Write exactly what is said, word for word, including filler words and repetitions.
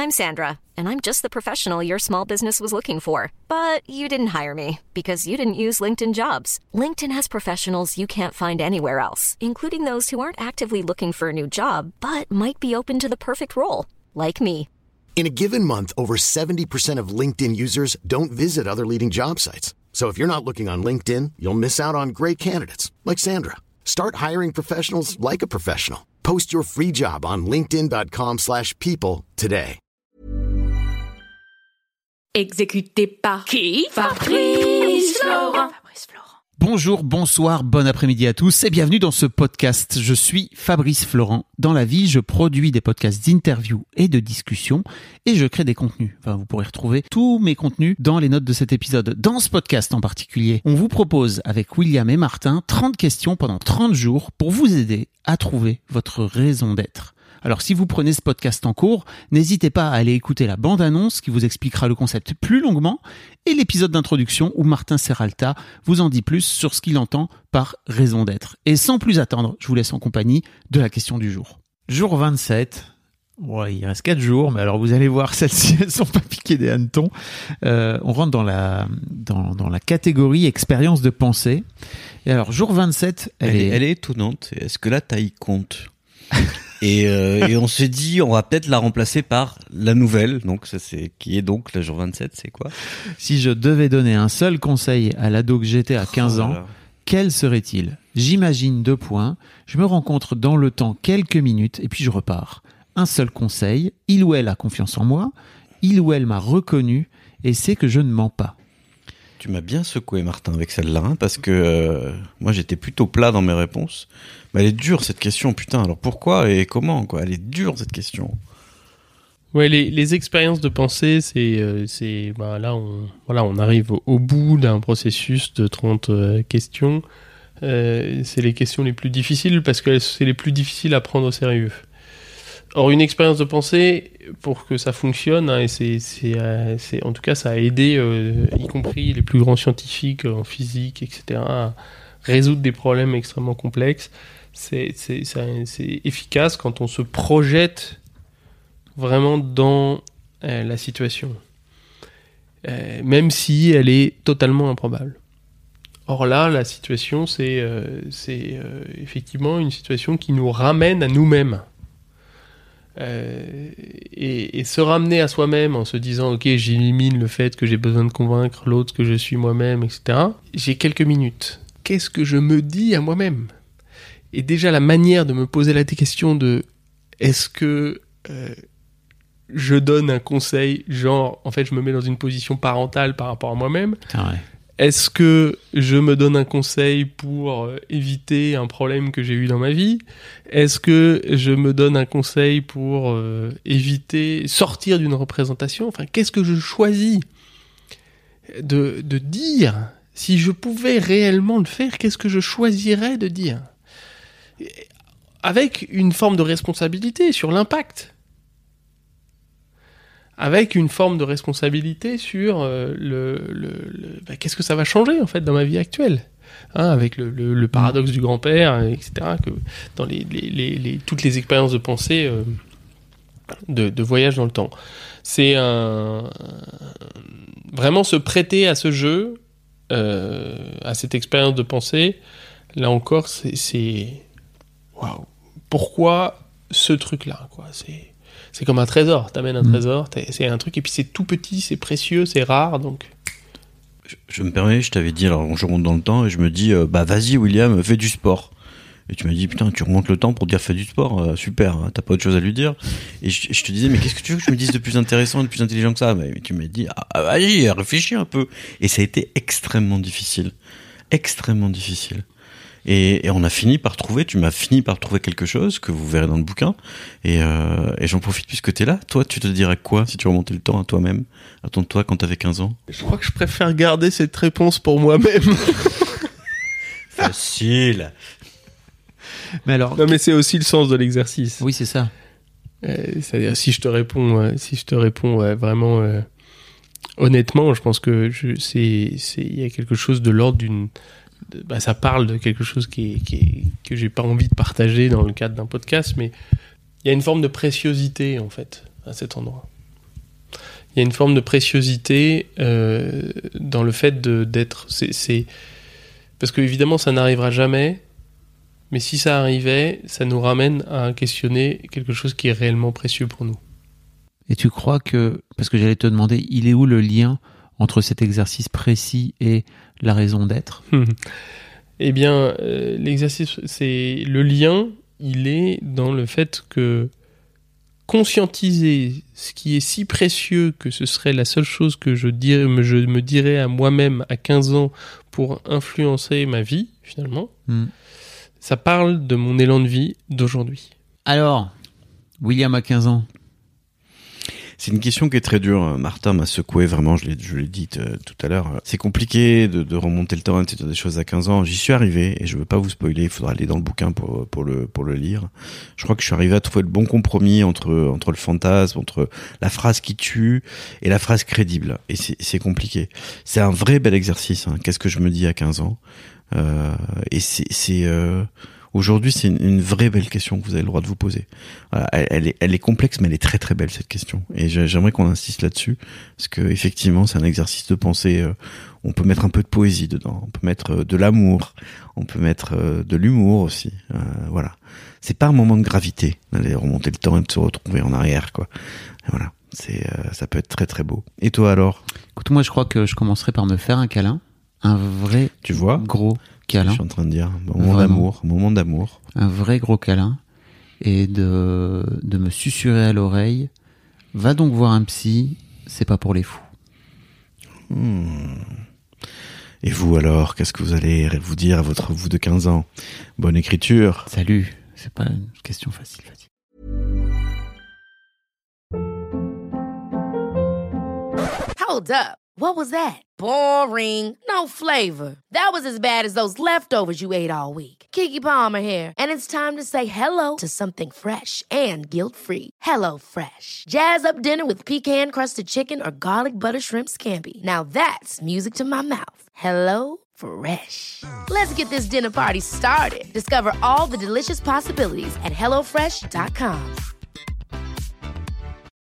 I'm Sandra, and I'm just the professional your small business was looking for. But you didn't hire me because you didn't use LinkedIn Jobs. LinkedIn has professionals you can't find anywhere else, including those who aren't actively looking for a new job, but might be open to the perfect role, like me. In a given month, over seventy percent of LinkedIn users don't visit other leading job sites. So if you're not looking on LinkedIn, you'll miss out on great candidates like Sandra. Start hiring professionals like a professional. Post your free job on linkedin.com slash people today. Exécuté par qui? Fabrice Florent. Fabrice Florent. Bonjour, bonsoir, bon après-midi à tous et bienvenue dans ce podcast. Je suis Fabrice Florent. Dans la vie, je produis des podcasts d'interviews et de discussions et je crée des contenus. Enfin, vous pourrez retrouver tous mes contenus dans les notes de cet épisode. Dans ce podcast en particulier, on vous propose avec William et Martin trente questions pendant trente jours pour vous aider à trouver votre raison d'être. Alors si vous prenez ce podcast en cours, n'hésitez pas à aller écouter la bande-annonce qui vous expliquera le concept plus longuement et l'épisode d'introduction où Martin Serralta vous en dit plus sur ce qu'il entend par raison d'être. Et sans plus attendre, je vous laisse en compagnie de la question du jour. Jour vingt-sept. Ouais, il reste quatre jours, mais alors vous allez voir, celles-ci, elles sont pas piquées des hannetons. Euh, on rentre dans la, dans, dans la catégorie expérience de pensée. Et alors, jour vingt-sept, elle, elle, est, est... elle est étonnante. Est-ce que la taille compte? Et, euh, et on se dit, on va peut-être la remplacer par la nouvelle. Donc ça c'est qui est donc le jour vingt-sept, c'est quoi? Si je devais donner un seul conseil à l'ado que j'étais à quinze ans, oh quel serait-il? J'imagine deux points. Je me rencontre dans le temps quelques minutes et puis je repars. Un seul conseil, il ou elle a confiance en moi, il ou elle m'a reconnu et sait que je ne mens pas. Tu m'as bien secoué, Martin, avec celle-là, hein, parce que euh, moi j'étais plutôt plat dans mes réponses. Mais elle est dure cette question, putain. Alors pourquoi et comment, quoi? Elle est dure cette question. Ouais, les, les expériences de pensée, c'est, euh, c'est, bah là, on, voilà, on arrive au, au bout d'un processus de trente euh, questions. Euh, c'est les questions les plus difficiles parce que c'est les plus difficiles à prendre au sérieux. Or, une expérience de pensée, pour que ça fonctionne, hein, et c'est, c'est, euh, c'est, en tout cas, ça a aidé, euh, y compris les plus grands scientifiques en physique, et cetera, à résoudre des problèmes extrêmement complexes. C'est, c'est, c'est, c'est efficace quand on se projette vraiment dans euh, la situation, euh, même si elle est totalement improbable. Or là, la situation, c'est, euh, c'est euh, effectivement une situation qui nous ramène à nous-mêmes. Euh, et, et se ramener à soi-même en se disant ok, j'élimine le fait que j'ai besoin de convaincre l'autre que je suis moi-même, et cetera. J'ai quelques minutes. Qu'est-ce que je me dis à moi-même? Et déjà la manière de me poser la question de est-ce que euh, je donne un conseil genre en fait je me mets dans une position parentale par rapport à moi-même. Putain, ouais. Est-ce que je me donne un conseil pour euh, éviter un problème que j'ai eu dans ma vie? Est-ce que je me donne un conseil pour euh, éviter, sortir d'une représentation? Enfin, qu'est-ce que je choisis de, de dire? Si je pouvais réellement le faire, qu'est-ce que je choisirais de dire? Avec une forme de responsabilité sur l'impact. Avec une forme de responsabilité sur euh, le, le, le bah, qu'est-ce que ça va changer en fait dans ma vie actuelle, hein, avec le, le, le paradoxe du grand-père, et cetera. Que dans les, les, les, les toutes les expériences de pensée euh, de, de voyage dans le temps, c'est un, un vraiment se prêter à ce jeu, euh, à cette expérience de pensée. Là encore, c'est, c'est... waouh. Pourquoi ce truc-là, quoi? C'est C'est comme un trésor, t'amènes un mmh. trésor, c'est un truc, et puis c'est tout petit, c'est précieux, c'est rare, donc... Je, je me permets, je t'avais dit, alors je remonte dans le temps, et je me dis, euh, bah vas-y William, fais du sport. Et tu m'as dit, putain, tu remontes le temps pour dire fais du sport, euh, super, hein, t'as pas autre chose à lui dire. Et je, je te disais, mais qu'est-ce que tu veux que je me dise de plus intéressant et de plus intelligent que ça? Mais tu m'as dit, ah, vas-y, réfléchis un peu. Et ça a été extrêmement difficile, extrêmement difficile. Et, et on a fini par trouver, tu m'as fini par trouver quelque chose que vous verrez dans le bouquin. Et, euh, et j'en profite puisque t'es là. Toi, tu te dirais quoi si tu remontais le temps à toi-même, à ton toi quand t'avais quinze ans? Je crois que je préfère garder cette réponse pour moi-même. Facile. Mais alors, non, mais c'est aussi le sens de l'exercice. Oui, c'est ça. Euh, c'est-à-dire, si je te réponds, euh, si je te réponds euh, vraiment euh, honnêtement, je pense que je, c'est, c'est, il y a quelque chose de l'ordre d'une de, bah, ça parle de quelque chose qui est, qui est, que j'ai pas envie de partager dans le cadre d'un podcast, mais il y a une forme de préciosité en fait à cet endroit. Il y a une forme de préciosité euh, dans le fait de, d'être... C'est, c'est... Parce que évidemment, ça n'arrivera jamais, mais si ça arrivait, ça nous ramène à questionner quelque chose qui est réellement précieux pour nous. Et tu crois que... Parce que j'allais te demander, il est où le lien entre cet exercice précis et la raison d'être ? Eh bien, euh, l'exercice, c'est... Le lien, il est dans le fait que conscientiser ce qui est si précieux que ce serait la seule chose que je, dirais, je me dirais à moi-même à quinze ans pour influencer ma vie, finalement, mm. ça parle de mon élan de vie d'aujourd'hui. Alors, William a quinze ans. C'est une question qui est très dure. Martin m'a secoué vraiment, je l'ai, je l'ai dit t- tout à l'heure. C'est compliqué de, de remonter le temps et de dire des choses à quinze ans. J'y suis arrivé et je veux pas vous spoiler. Il faudra aller dans le bouquin pour, pour le, pour le lire. Je crois que je suis arrivé à trouver le bon compromis entre, entre le fantasme, entre la phrase qui tue et la phrase crédible. Et c'est, c'est compliqué. C'est un vrai bel exercice, hein. Qu'est-ce que je me dis à quinze ans? Euh, et c'est, c'est, euh, aujourd'hui, c'est une, une vraie belle question que vous avez le droit de vous poser. Voilà, elle, elle, est, elle est complexe, mais elle est très très belle cette question. Et j'aimerais qu'on insiste là-dessus, parce que effectivement, c'est un exercice de pensée. Euh, on peut mettre un peu de poésie dedans, on peut mettre de l'amour, on peut mettre euh, de l'humour aussi. Euh, voilà, c'est pas un moment de gravité d'aller remonter le temps et de se retrouver en arrière, quoi. Et voilà, c'est, euh, ça peut être très très beau. Et toi alors? Écoute, moi, je crois que je commencerai par me faire un câlin, un vrai, tu vois, gros câlin. Je suis en train de dire, moment d'amour, moment d'amour. Un vrai gros câlin et de, de me susurrer à l'oreille. Va donc voir un psy, c'est pas pour les fous. Hmm. Et vous alors, qu'est-ce que vous allez vous dire à votre vous de quinze ans? Bonne écriture. Salut, c'est pas une question facile, facile. Hold up. What was that? Boring. No flavor. That was as bad as those leftovers you ate all week. Keke Palmer here, and it's time to say hello to something fresh and guilt-free. Hello Fresh. Jazz up dinner with pecan-crusted chicken or garlic butter shrimp scampi. Now that's music to my mouth. Hello Fresh. Let's get this dinner party started. Discover all the delicious possibilities at hello fresh dot com.